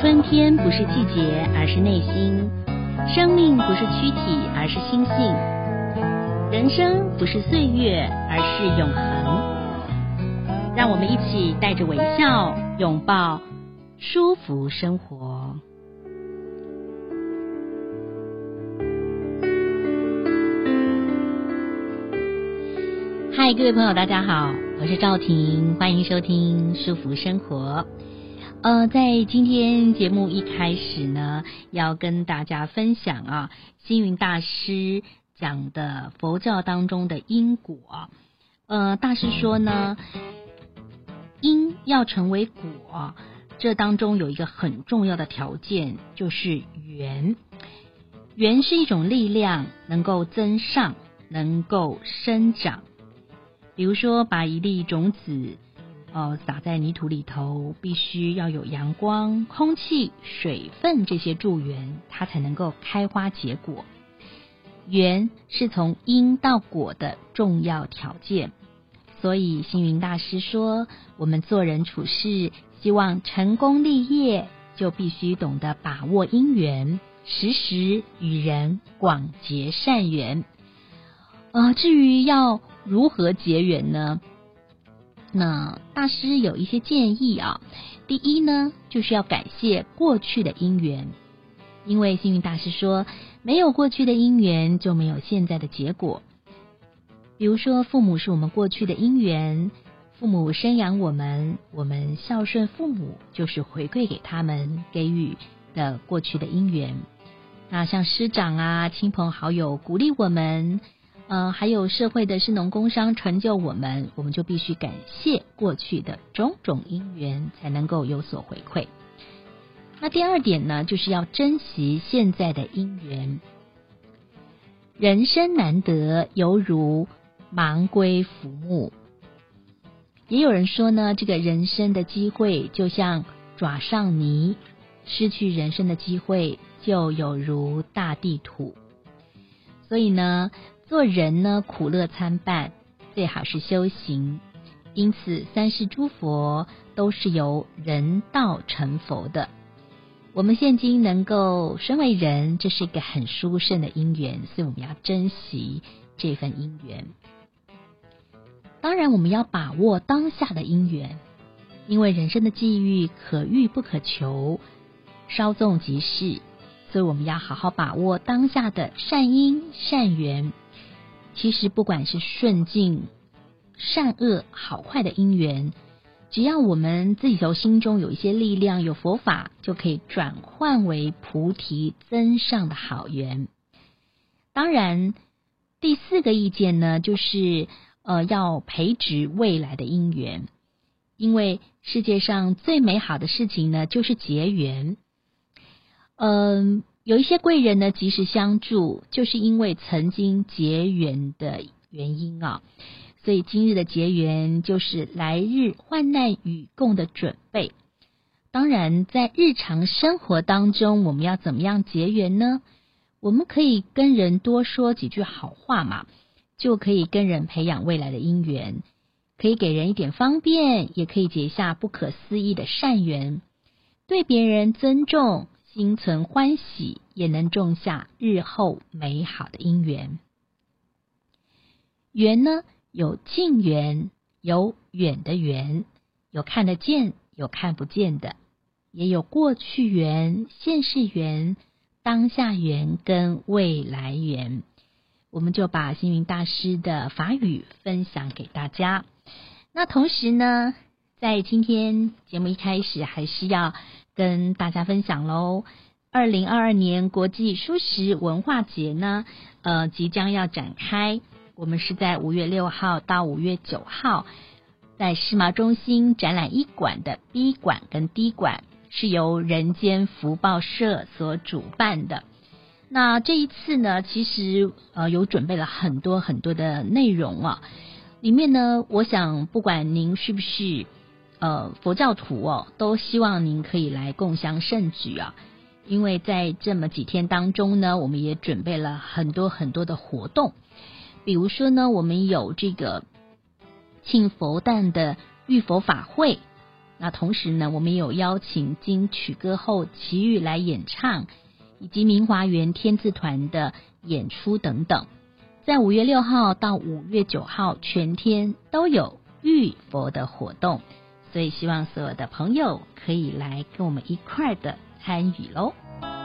春天不是季节，而是内心；生命不是躯体，而是心性；人生不是岁月，而是永恒。让我们一起带着微笑，拥抱舒服生活。嗨，各位朋友，大家好，我是赵婷，欢迎收听舒服生活。在今天节目一开始呢，要跟大家分享星云大师讲的佛教当中的因果。大师说呢，因要成为果，这当中有一个很重要的条件，就是缘。缘是一种力量，能够增上，能够生长。比如说，把一粒种子撒在泥土里头，必须要有阳光、空气、水分这些助缘，它才能够开花结果。缘是从因到果的重要条件，所以星云大师说，我们做人处事，希望成功立业，就必须懂得把握因缘，时时与人广结善缘。至于要如何结缘呢？那大师有一些建议第一呢，就是要感谢过去的因缘，因为星云大师说，没有过去的因缘，就没有现在的结果。比如说，父母是我们过去的因缘，父母生养我们，我们孝顺父母，就是回馈给他们给予的过去的因缘。那像师长亲朋好友鼓励我们，还有社会的士农工商成就我们就必须感谢过去的种种因缘，才能够有所回馈。那第二点呢，就是要珍惜现在的因缘。人生难得，犹如盲龟浮木。也有人说呢，这个人生的机会就像爪上泥，失去人生的机会就有如大地土。所以呢，做人呢，苦乐参半，最好是修行。因此三世诸佛都是由人道成佛的。我们现今能够身为人，这是一个很殊胜的因缘，所以我们要珍惜这份因缘。当然我们要把握当下的因缘，因为人生的际遇可遇不可求，稍纵即逝，所以我们要好好把握当下的善因善缘。其实不管是顺境、善恶、好坏的因缘，只要我们自己心中有一些力量，有佛法，就可以转换为菩提增上的好缘。当然第四个意见呢，就是要培植未来的因缘。因为世界上最美好的事情呢，就是结缘。有一些贵人呢，及时相助，就是因为曾经结缘的原因所以今日的结缘，就是来日患难与共的准备。当然在日常生活当中，我们要怎么样结缘呢？我们可以跟人多说几句好话嘛，就可以跟人培养未来的因缘，可以给人一点方便，也可以结下不可思议的善缘。对别人尊重，心存欢喜，也能种下日后美好的因缘。缘呢，有近缘，有远的缘，有看得见，有看不见的，也有过去缘、现世缘、当下缘跟未来缘。我们就把星云大师的法语分享给大家。那同时呢，在今天节目一开始，还是要跟大家分享咯。2022年国际蔬食文化节呢，即将要展开。我们是在5月6号到5月9号，在世贸中心展览1馆的 B 馆跟 D 馆，是由人间福报社所主办的。那这一次呢，其实有准备了很多很多的内容里面呢，我想不管您是不是佛教徒都希望您可以来共襄盛举因为在这么几天当中呢，我们也准备了很多很多的活动。比如说呢，我们有这个庆佛诞的浴佛法会， 那同时呢，我们也有邀请金曲歌后齐豫来演唱，以及明华园天字团的演出等等。在5月6号到5月9号全天都有浴佛的活动，所以希望所有的朋友可以来跟我们一块的参与咯。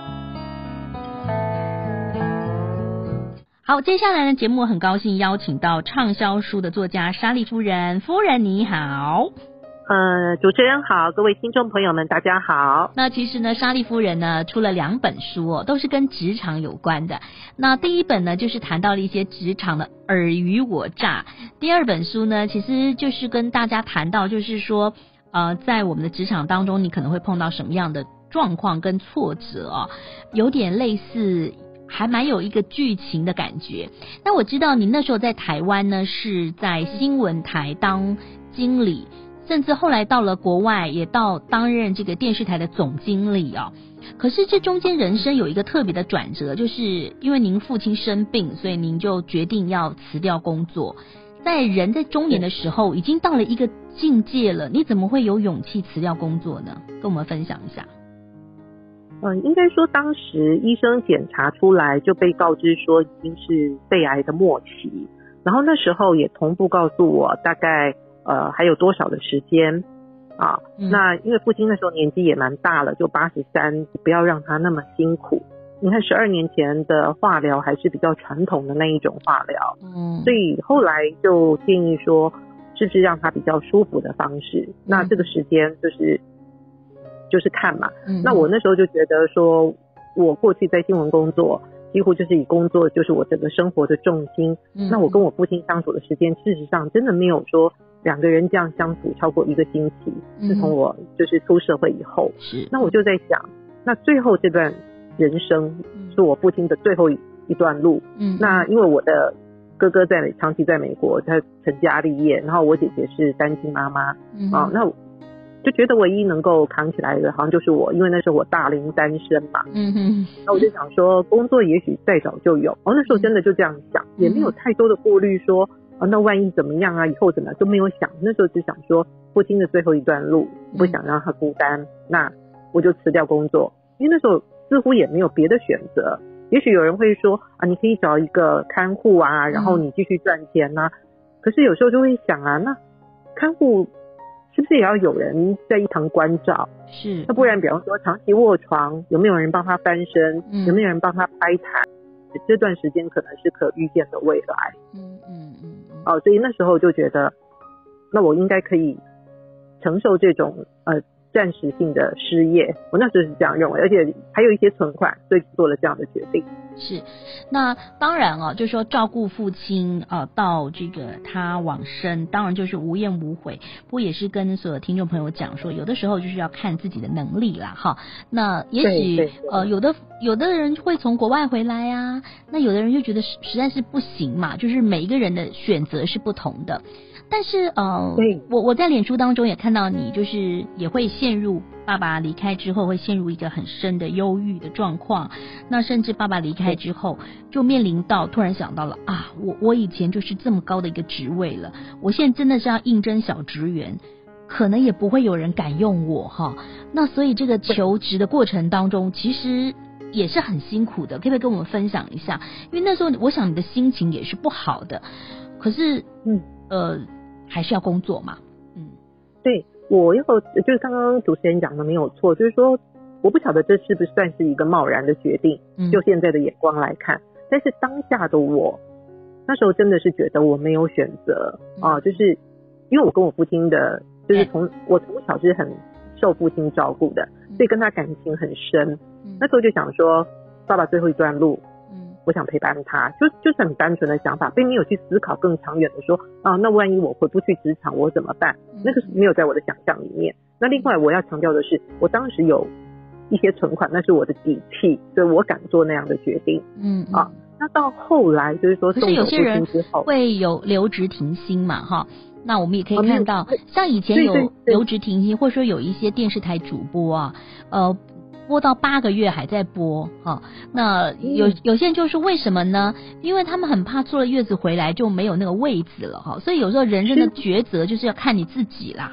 好，接下来的节目很高兴邀请到畅销书的作家莎莉夫人。夫人你好。 主持人好，各位听众朋友们大家好。 那其实呢，莎莉夫人呢出了2本书哦，都是跟职场有关的。那第一本呢就是谈到了一些职场的尔虞我诈，第二本书呢其实就是跟大家谈到就是说在我们的职场当中你可能会碰到什么样的状况跟挫折哦，有点类似还蛮有一个剧情的感觉。那我知道你那时候在台湾呢是在新闻台当经理，甚至后来到了国外也担任这个电视台的总经理哦。可是这中间人生有一个特别的转折，就是因为您父亲生病，所以您就决定要辞掉工作。在人在中年的时候已经到了一个境界了，你怎么会有勇气辞掉工作呢？跟我们分享一下。 应该说当时医生检查出来就被告知说已经是肺癌的末期，然后那时候也同步告诉我大概还有多少的时间啊？那因为父亲那时候年纪也蛮大了，就83，不要让他那么辛苦。你看12年前的化疗还是比较传统的那一种化疗，所以后来就建议说是不是让他比较舒服的方式。那这个时间就是看嘛。那我那时候就觉得说，我过去在新闻工作几乎就是以工作就是我整个生活的重心。那我跟我父亲相处的时间事实上真的没有说2个人这样相处超过1个星期，自从我就是出社会以后。那我就在想，那最后这段人生是我父亲的最后一段路。那因为我的哥哥长期在美国，他成家立业，然后我姐姐是单亲妈妈那就觉得唯一能够扛起来的好像就是我，因为那时候我大龄单身嘛。那我就想说工作也许再早就有，那时候真的就这样想，也没有太多的顾虑说那万一怎么样啊，以后怎么样都没有想。那时候只想说父亲的最后一段路不想让他孤单，那我就辞掉工作。因为那时候似乎也没有别的选择，也许有人会说你可以找一个看护啊，然后你继续赚钱啊。可是有时候就会想那看护是不是也要有人在一旁关照？是，那不然比方说长期卧床，有没有人帮他翻身？有没有人帮他拍痰？这段时间可能是可预见的未来。所以那时候就觉得，那我应该可以承受这种暂时性的失业，我那时候是这样认为，而且还有一些存款，所以做了这样的决定。 是，那当然就是说照顾父亲到这个他往生，当然就是无怨无悔。不过也是跟所有听众朋友讲说，有的时候就是要看自己的能力啦哈。那也许有的人会从国外回来啊，那有的人就觉得实在是不行嘛，就是每一个人的选择是不同的。但是我在脸书当中也看到你就是也会陷入爸爸离开之后会陷入一个很深的忧郁的状况，那甚至爸爸离开之后就面临到突然想到了我以前就是这么高的一个职位了，我现在真的是要应征小职员，可能也不会有人敢用我哈。那所以这个求职的过程当中其实也是很辛苦的，可不可以跟我们分享一下？因为那时候我想你的心情也是不好的，可是还是要工作嘛。 对，我就是刚刚主持人讲的没有错，就是说我不晓得这是不是算是一个贸然的决定，就现在的眼光来看，但是当下的我那时候真的是觉得我没有选择就是因为我跟我父亲的就是我从小是很受父亲照顾的，所以跟他感情很深。那时候就想说爸爸最后一段路我想陪伴他，就是很单纯的想法，并没有去思考更长远的说那万一我回不去职场我怎么办，那个是没有在我的想象里面。那另外我要强调的是，我当时有一些存款，那是我的底气，所以我敢做那样的决定。那到后来就是说送走父亲之后， 可是有些人会有留职停薪嘛哈。那我们也可以看到像以前有留职停薪，或者说有一些电视台主播播到8个月还在播那有些人就说为什么呢？因为他们很怕坐了月子回来就没有那个位子了所以有时候人生的抉择就是要看你自己啦。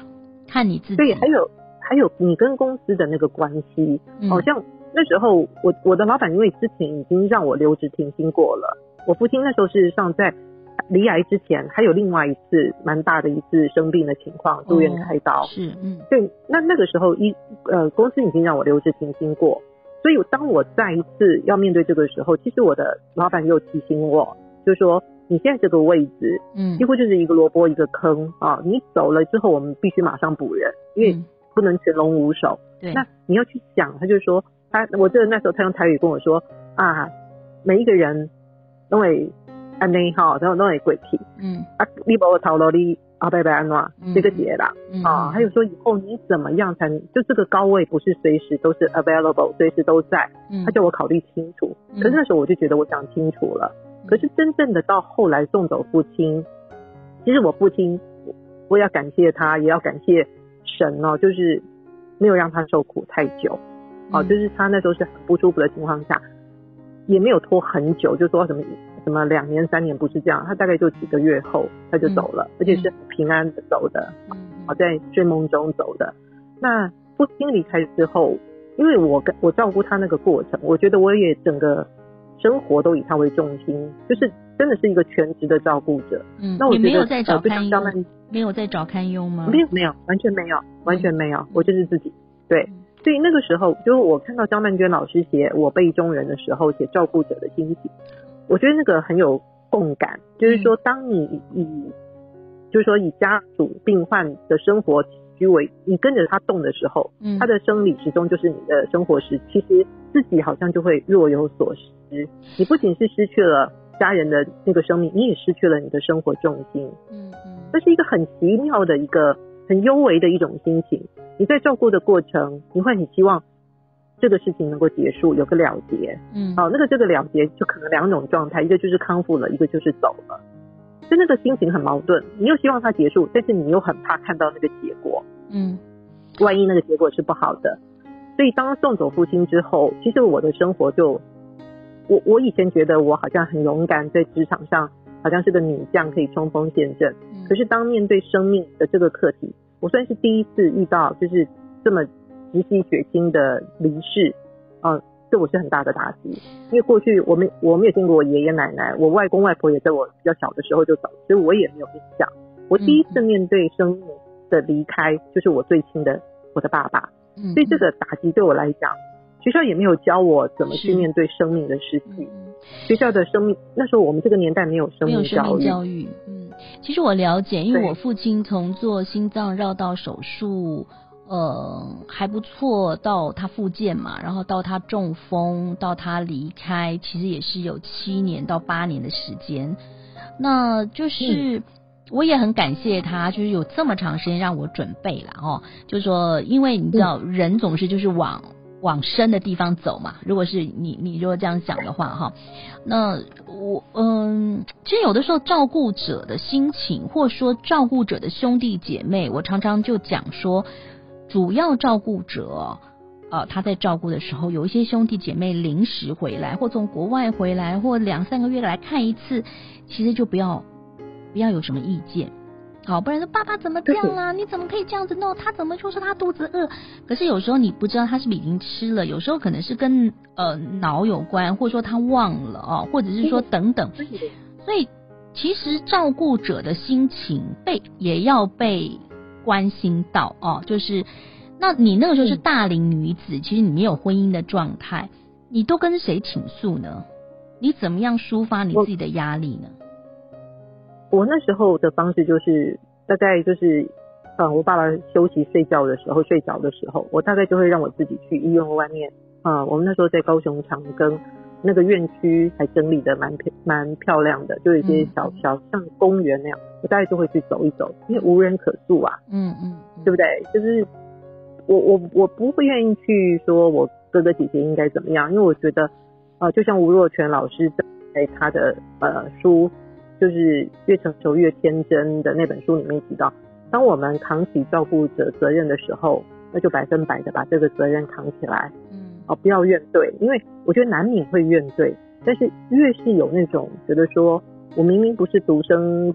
看你自己。 对，还有你跟公司的那个关系，像那时候我的老板因为之前已经让我留职停薪过了，我父亲那时候事实上在离癌之前还有另外一次蛮大的一次生病的情况，住院开刀。 是， 对，那个时候公司已经让我留职停薪过，所以当我再一次要面对这个时候，其实我的老板又提醒我，就是说你现在这个位置，几乎就是一个萝卜一个坑啊！你走了之后，我们必须马上补人，因为不能全龙无首。 对， 那你要去想，他就说我记得那时候他用台语跟我说啊，每一个人都会安内哈，然后都会鬼气，你把我逃了你阿拜拜安诺这个节啦还有说以后你怎么样才能就这个高位不是随时都是 available， 随时都在，他叫我考虑清楚。可是那时候我就觉得我想清楚了。可是真正的到后来送走父亲，其实我父亲我要感谢他，也要感谢神就是没有让他受苦太久就是他那时候是很不舒服的情况下，也没有拖很久，就说什么2年3年，不是这样，他大概就几个月后他就走了，而且是很平安的走的在睡梦中走的。那父亲离开之后，因为我照顾他那个过程，我觉得我也整个生活都以他为重心，就是真的是一个全职的照顾者。 那我觉得你没有在找看佣，没有在找看佣吗？ 没有，完全没有，我就是自己。对，所以那个时候就是我看到张曼娟老师写我辈中人的时候，写照顾者的心情，我觉得那个很有共感。就是说当你就是说以家属病患的生活居为你跟着他动的时候，他的生理始终就是你的生活时，其实自己好像就会若有所失。你不仅是失去了家人的那个生命，你也失去了你的生活重心。这是一个很奇妙的一个很幽微的一种心情。你在照顾的过程，你会很希望这个事情能够结束，有个了结。这个了结就可能2种状态，一个就是康复了，一个就是走了。就那个心情很矛盾，你又希望它结束，但是你又很怕看到那个结果。万一那个结果是不好的。所以当送走父亲之后，其实我的生活就我以前觉得我好像很勇敢，在职场上好像是个女将，可以冲锋陷阵。可是当面对生命的这个课题，我算是第一次遇到就是这么直击血腥的离世对我是很大的打击。因为过去我没有见过我爷爷奶奶，我外公外婆也在我比较小的时候就走，所以我也没有印象。我第一次面对生命的离开，就是我最亲的我的爸爸。所以这个打击对我来讲，学校也没有教我怎么去面对生命的失去。学校的生命那时候我们这个年代没有生命教育。 其实我了解，因为我父亲从做心脏绕道手术还不错，到他复健嘛，然后到他中风，到他离开，其实也是有7年到8年的时间。那就是我也很感谢他，就是有这么长时间让我准备啦就是说因为你知道人总是就是往深的地方走嘛，如果是你如果这样想的话那我其实有的时候照顾者的心情，或说照顾者的兄弟姐妹，我常常就讲说，主要照顾者他在照顾的时候，有一些兄弟姐妹临时回来，或从国外回来，或2-3个月来看一次，其实就不要有什么意见。不然说爸爸怎么这样啦？你怎么可以这样子弄？他怎么就说他肚子饿？可是有时候你不知道他是不是已经吃了，有时候可能是跟脑有关，或者说他忘了或者是说等等。所以其实照顾者的心情也要被关心到就是那你那个时候是大龄女子，其实你没有婚姻的状态，你都跟谁倾诉呢？你怎么样抒发你自己的压力呢？ 我那时候的方式就是大概就是我爸爸休息睡着的时候，我大概就会让我自己去医院外面我们那时候在高雄长庚那个院区还整理的蛮漂亮的，就有一些小像公园那样，我大概就会去走一走，因为无人可诉对不对？就是我不会愿意去说我哥哥姐姐应该怎么样，因为我觉得就像吴若权老师在他的书就是越成熟越天真的那本书里面提到，当我们扛起照顾者责任的时候，那就100%的把这个责任扛起来不要怨怼，因为我觉得难免会怨怼，但是越是有那种觉得说我明明不是独生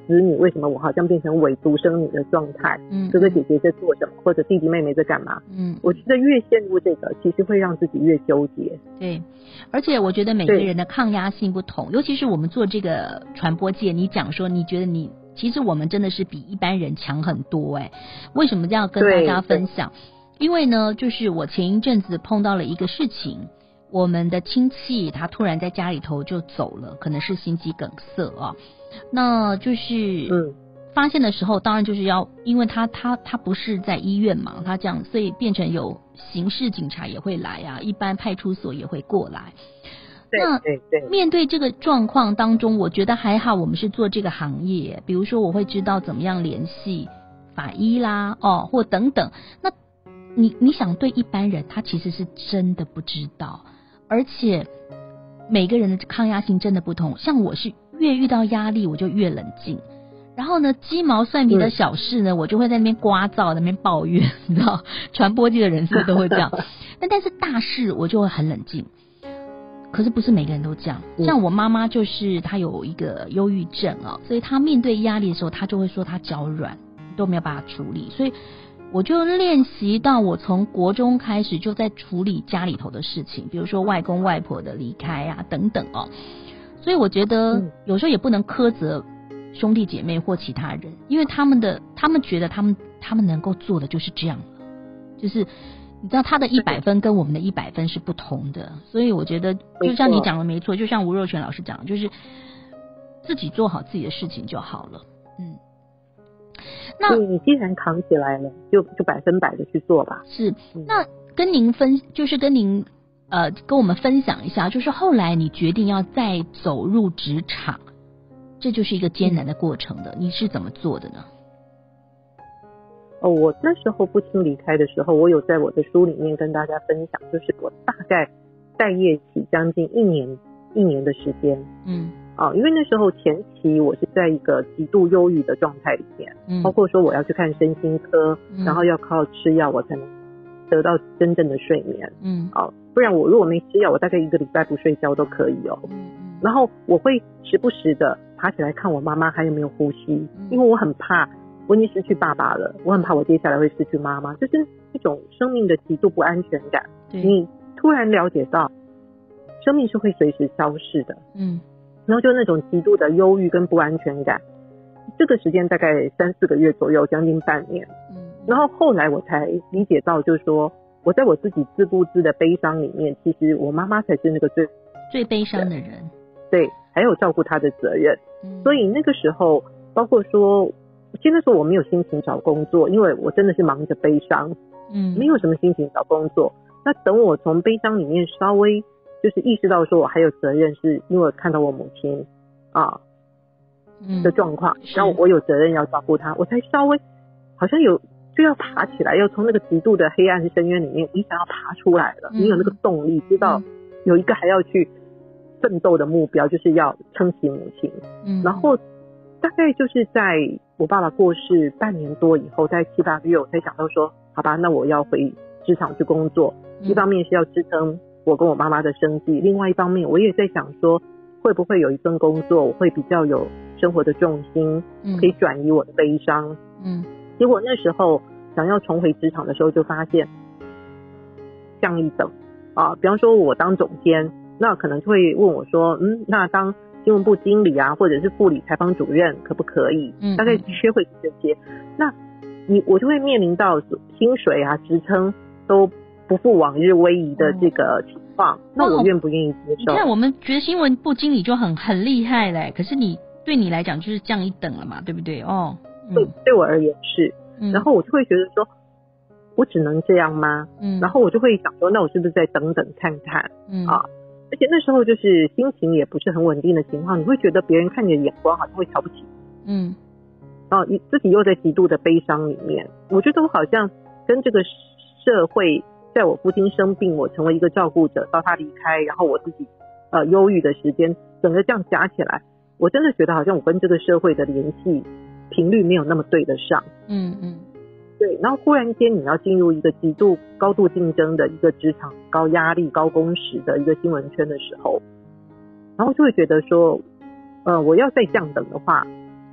子女为什么我好像变成伪独生女的状态，哥哥姐姐在做什么，或者弟弟妹妹在干嘛，我觉得越陷入这个其实会让自己越纠结。 对，而且我觉得每个人的抗压性不同，尤其是我们做这个传播界，你讲说你觉得你其实我们真的是比一般人强很多为什么这样跟大家分享？因为呢，就是我前一阵子碰到了一个事情，我们的亲戚他突然在家里头就走了，可能是心肌梗塞那就是发现的时候，当然就是要，因为他不是在医院嘛，他这样，所以变成有刑事警察也会来一般派出所也会过来。那面对这个状况当中，我觉得还好我们是做这个行业，比如说我会知道怎么样联系法医啦或等等。那你想对一般人他其实是真的不知道，而且每个人的抗压性真的不同，像我是越遇到压力我就越冷静，然后呢鸡毛蒜皮的小事呢我就会在那边聒噪，在那边抱怨，你知道传播界的人士都会这样但是大事我就会很冷静。可是不是每个人都这样，像我妈妈就是她有一个忧郁症所以她面对压力的时候她就会说她脚软，都没有办法处理，所以我就练习到我从国中开始就在处理家里头的事情，比如说外公外婆的离开等等所以我觉得有时候也不能苛责兄弟姐妹或其他人，因为他们觉得他们能够做的就是这样，就是你知道他的100分跟我们的100分是不同的，所以我觉得就像你讲的没错，就像吴若权老师讲的，就是自己做好自己的事情就好了。 那你既然扛起来了，就100%的去做吧。 是，那跟您跟我们分享一下，就是后来你决定要再走入职场，这就是一个艰难的过程的，你是怎么做的呢？ 我那时候父亲离开的时候，我有在我的书里面跟大家分享，就是我大概待业期将近一年的时间。因为那时候前期我是在一个极度忧郁的状态里面，包括说我要去看身心科，然后要靠吃药我才能得到真正的睡眠。不然我如果没吃药，我大概1个礼拜不睡觉都可以然后我会时不时的爬起来看我妈妈还有没有呼吸，因为我很怕我已经失去爸爸了，我很怕我接下来会失去妈妈，就是一种生命的极度不安全感。你突然了解到生命是会随时消逝的，然后就那种极度的忧郁跟不安全感，这个时间大概3-4个月左右，将近半年。然后后来我才理解到，就是说我在我自己自顾自的悲伤里面，其实我妈妈才是那个最悲伤的人， 对，还有照顾她的责任。所以那个时候包括说其实那时候我没有心情找工作，因为我真的是忙着悲伤，没有什么心情找工作。那等我从悲伤里面稍微就是意识到说我还有责任，是因为我看到我母亲的状况，然后我有责任要照顾她，我才稍微好像就要爬起来，要从那个极度的黑暗深渊里面你想要爬出来了，你有那个动力，知道有一个还要去奋斗的目标，就是要撑起母亲。然后大概就是在我爸爸过世半年多以后，在7-8个月我才想到说好吧，那我要回职场去工作，一方面是要支撑我跟我妈妈的生计，另外一方面我也在想说会不会有一份工作我会比较有生活的重心，可以转移我的悲伤。结果那时候想要重回职场的时候，就发现降一等比方说我当总监，那可能就会问我说那当新闻部经理或者是副理采访主任可不可以，大概缺会这些。那我就会面临到薪水职称都不复往日威仪的这个情况，那我愿不愿意接受？ 你看我们觉得新闻部经理就很厉害嘞，可是对你来讲就是降一等了嘛，对不对？ 对我而言是。然后我就会觉得说我只能这样吗？然后我就会想说那我是不是再等等看看而且那时候就是心情也不是很稳定的情况，你会觉得别人看你的眼光好像会瞧不起你自己又在极度的悲伤里面，我觉得我好像跟这个社会，在我父亲生病我成为一个照顾者到他离开，然后我自己忧郁的时间，整个这样加起来，我真的觉得好像我跟这个社会的联系频率没有那么对得上。对，然后忽然间你要进入一个极度高度竞争的一个职场，高压力高工时的一个新闻圈的时候，然后就会觉得说我要再降等的话，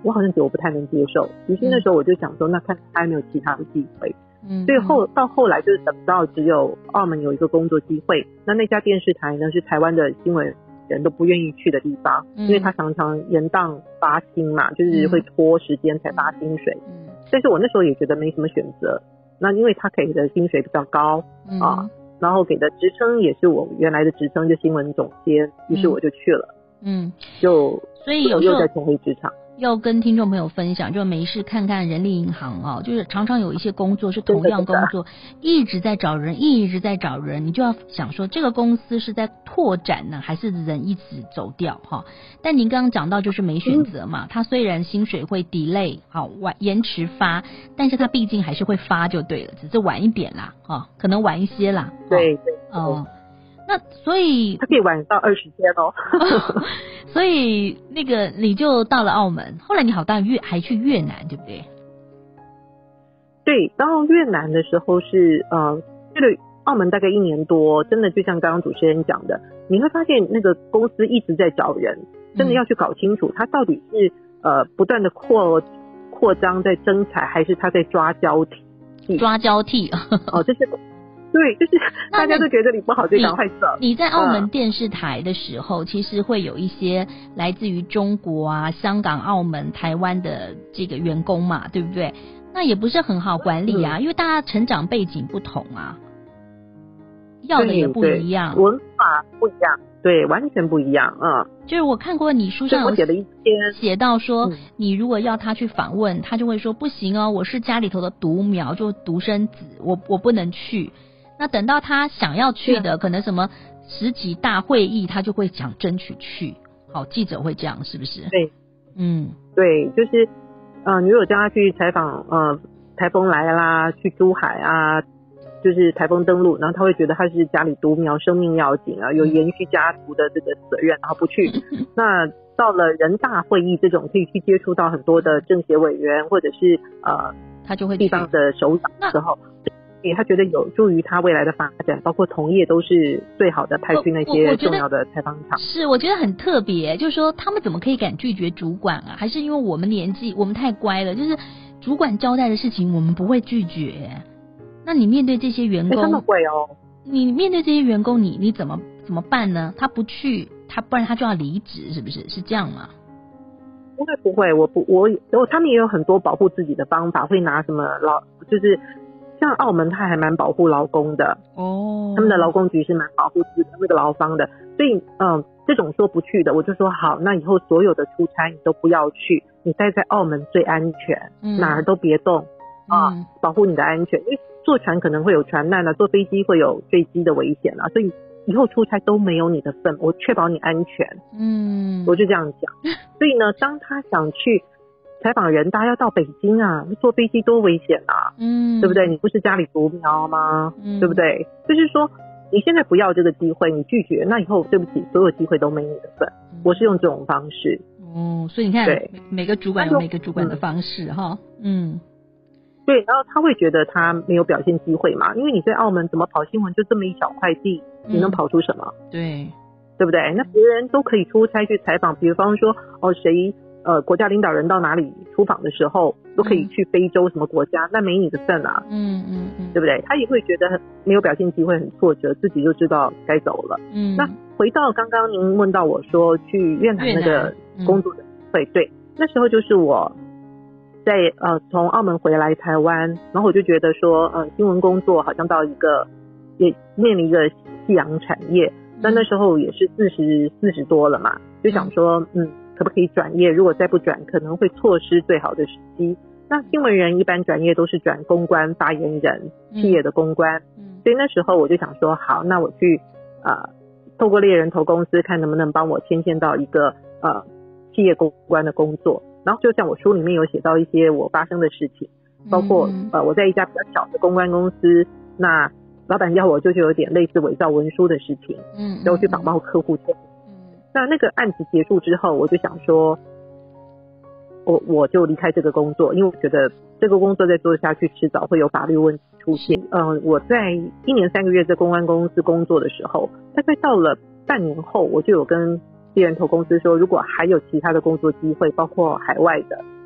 我好像觉得我不太能接受，于是那时候我就想说，那看还有没有其他的机会。所以到后来就是等到只有澳门有一个工作机会，那家电视台呢是台湾的新闻人都不愿意去的地方，因为他常常延宕发薪嘛，就是会拖时间才发薪水。但是我那时候也觉得没什么选择，那因为他给的薪水比较高啊，然后给的职称也是我原来的职称，就新闻总监，于是我就去了。 所以有时候又再重回职场。 要跟听众朋友分享，就没事看看人力银行啊，就是常常有一些工作是同样工作，一直在找人，你就要想说这个公司是在拓展呢，还是人一直走掉哈？但您刚刚讲到就是没选择嘛，它虽然薪水会 delay 好延迟发，但是它毕竟还是会发就对了，只是晚一点啦，可能晚一些啦。 对。 那所以它可以晚到20天哦。 所以那个你就到了澳门，后来你好到还去越南，对不对？ 对，到越南的时候是去了澳门大概1年多，真的就像刚刚主持人讲的，你会发现那个公司一直在找人，真的要去搞清楚他到底是不断的扩张在征才，还是他在抓交替。这是对，就是大家都觉得你不好就赶快走。 你在澳门电视台的时候，其实会有一些来自于中国啊、香港、澳门、台湾的这个员工嘛，对不对？那也不是很好管理啊，因为大家成长背景不同啊，要的也不一样， 文化不一样，对，完全不一样。 就是我看过你书上有写到说，你如果要他去访问，他就会说不行哦，我是家里头的独苗，就独生子，我不能去。那等到他想要去的，可能什么10几大会议，他就会想争取去。好，记者会这样，是不是？ 对，对，就是你如果叫他去采访台风来啦，去珠海啊，就是台风登陆，然后他会觉得他是家里独苗，生命要紧啊，有延续家族的这个责任，然后不去。那到了人大会议这种可以去接触到很多的政协委员或者是他就会地方的首长的时候，他觉得有助于他未来的发展，包括同业都是最好的派去那些重要的采访场。 是，我觉得很特别，就是说他们怎么可以敢拒绝主管啊？还是因为我们年纪，我们太乖了，就是主管交代的事情我们不会拒绝。那你面对这些员工， 他们会哦。 你面对这些员工，你怎么办呢？他不去，不然他就要离职，是不是？是这样吗？ 不会，他们也有很多保护自己的方法，会拿什么就是像澳门，他还蛮保护劳工的哦，他们的劳工局是蛮保护那个劳方的，所以这种说不去的，我就说好，那以后所有的出差你都不要去，你待在澳门最安全，哪儿都别动保护你的安全，因为坐船可能会有船难啊，坐飞机会有坠机的危险啊，所以以后出差都没有你的份，我确保你安全。我就这样讲。所以呢，当他想去采访人大要到北京啊，坐飞机多危险啊，对不对？你不是家里独苗吗？对不对？就是说你现在不要这个机会，你拒绝，那以后对不起，所有机会都没你的份。我是用这种方式。 所以你看，每个主管有每个主管的方式哈。 对，然后他会觉得他没有表现机会嘛，因为你在澳门怎么跑新闻就这么一小块地，你能跑出什么？对不对？那别人都可以出差去采访，比方说谁国家领导人到哪里出访的时候都可以去非洲什么国家，那没你的份啊。对不对？他也会觉得没有表现机会，很挫折，自己就知道该走了。那回到刚刚您问到我说去越南那个工作的机会，对，那时候就是我在从澳门回来台湾，然后我就觉得说新闻工作好像到一个也面临一个夕阳产业，那时候也是40多了嘛，就想说可不可以转业，如果再不转可能会错失最好的时机。那新闻人一般转业都是转公关发言人，企业的公关，所以那时候我就想说好，那我去透过猎人头公司看能不能帮我牵线到一个企业公关的工作。然后就像我书里面有写到一些我发生的事情，包括我在一家比较小的公关公司，那老板要我就有点类似伪造文书的事情，然后去仿冒客户签。那个案子结束之后，我就想说我就离开这个工作，因为我觉得这个工作再做下去迟早会有法律问题出现。我在1年3个月在公关公司工作的时候，大概到了半年后，我就有跟猎人头公司说，如果还有其他的工作机会，包括海外的，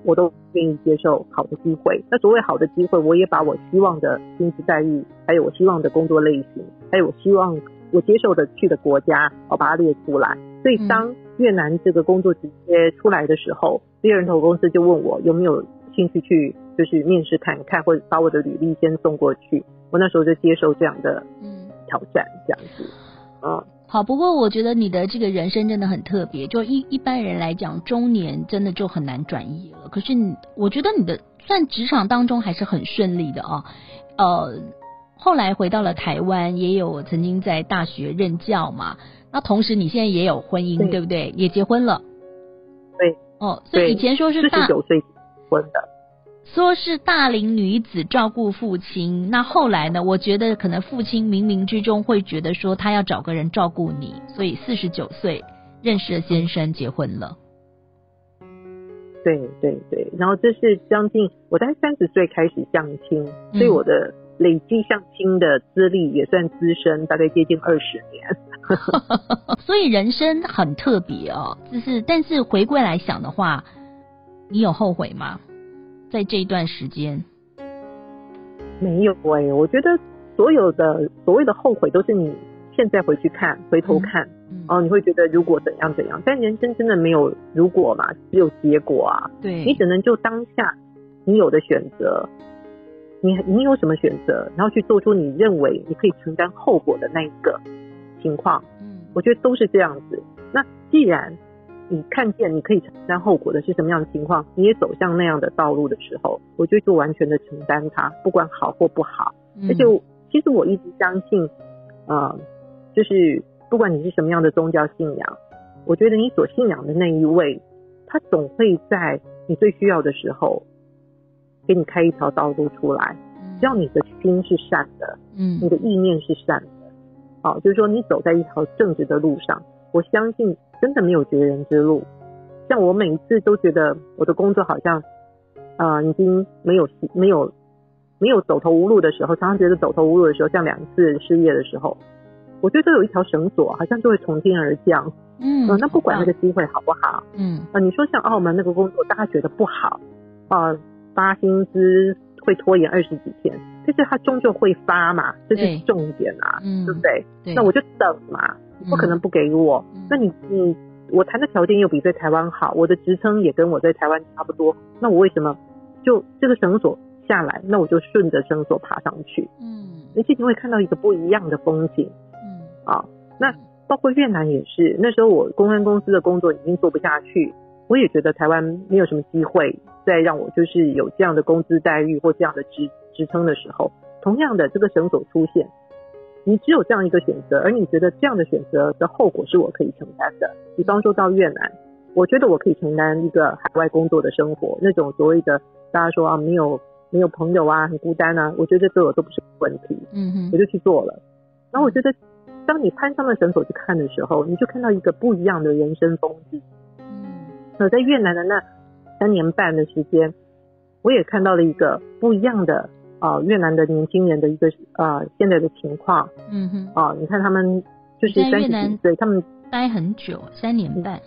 我都愿意接受好的机会。那所谓好的机会，我也把我希望的薪资待遇，还有我希望的工作类型，还有我希望我接受的去的国家，我把它列出来。所以当越南这个工作直接出来的时候，猎人头公司就问我有没有兴趣去就是面试看看，或者把我的履历先送过去。我那时候就接受这样的挑战，这样子。 好，不过我觉得你的这个人生真的很特别，就一般人来讲，中年真的就很难转移了。可是我觉得你的算职场当中还是很顺利的啊。后来回到了台湾，也有曾经在大学任教嘛。那同时你现在也有婚姻， 对不对？也结婚了。 对。 所以以前说是 49岁结婚的。 说是大龄女子照顾父亲，那后来呢？我觉得可能父亲冥冥之中会觉得说他要找个人照顾你，所以49岁认识了先生，结婚了。 对对对，然后这是将近我在30岁开始相亲，所以我的累计相亲的资历也算资深，大概接近20年。 所以人生很特别哦，但是回归来想的话，你有后悔吗？在这一段时间没有我觉得所谓的后悔都是你现在回头看，你会觉得如果怎样怎样，但人生真的没有如果嘛，只有结果啊。 对， 你只能就当下你有的选择，你有什么选择，然后去做出你认为你可以承担后果的那一个情况。我觉得都是这样子。那既然你看见你可以承担后果的是什么样的情况，你也走向那样的道路的时候，我就完全的承担它，不管好或不好。而且其实我一直相信就是不管你是什么样的宗教信仰，我觉得你所信仰的那一位，他总会在你最需要的时候给你开一条道路出来，只要你的心是善的，你的意念是善的，就是说你走在一条正直的路上，我相信真的没有绝人之路。像我每一次都觉得我的工作好像已经没有走投无路的时候，常常觉得走投无路的时候，像2次失业的时候，我觉得都有一条绳索好像就会从天而降。那不管那个机会好不好，你说像澳门那个工作大家觉得不好发薪资会拖延20几天，但是他终究会发嘛，这是重点啊，对不对？那我就等嘛，你不可能不给我。那我谈的条件又比在台湾好，我的职称也跟我在台湾差不多，那我为什么就这个绳索下来，那我就顺着绳索爬上去。而且你会看到一个不一样的风景。那包括越南也是，那时候我公关公司的工作已经做不下去，我也觉得台湾没有什么机会再让我就是有这样的工资待遇或这样的职称的时候，同样的这个绳索出现，你只有这样一个选择，而你觉得这样的选择的后果是我可以承担的。比方说到越南，我觉得我可以承担一个海外工作的生活，那种所谓的大家说没有朋友啊，很孤单啊，我觉得对我都不是问题。我就去做了。然后我觉得当你攀上了绳索去看的时候，你就看到一个不一样的人生风景。在越南的那3年半的时间，我也看到了一个不一样的越南的年轻人的一个现在的情况。你看他们就是30几岁，他们待很久，3年半。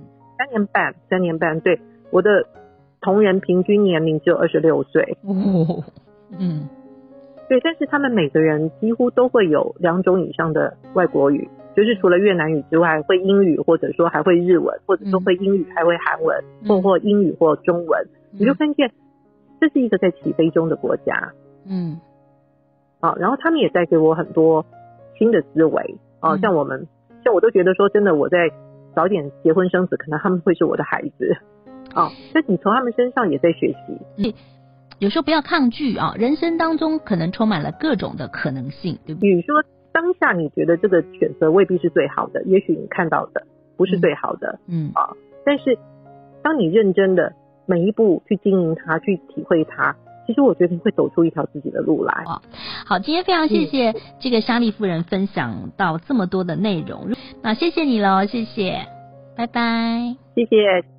3年半，对，我的同仁平均年龄只有26岁。对，但是他们每个人几乎都会有2种以上的外国语，就是除了越南语之外，会英语，或者说还会日文，或者说会英语还会韩文，或英语或中文。你就看见这是一个在起飞中的国家。然后他们也带给我很多新的思维。像我都觉得说真的，我在早点结婚生子，可能他们会是我的孩子。但你从他们身上也在学习。 有时候不要抗拒人生当中可能充满了各种的可能性，对不对？ 比如说当下你觉得这个选择未必是最好的，也许你看到的不是最好的。但是当你认真的每一步去经营它，去体会它，其实我觉得你会走出一条自己的路来。 好，今天非常谢谢这个莎莉夫人分享到这么多的内容，那谢谢你了，谢谢，拜拜。 谢谢。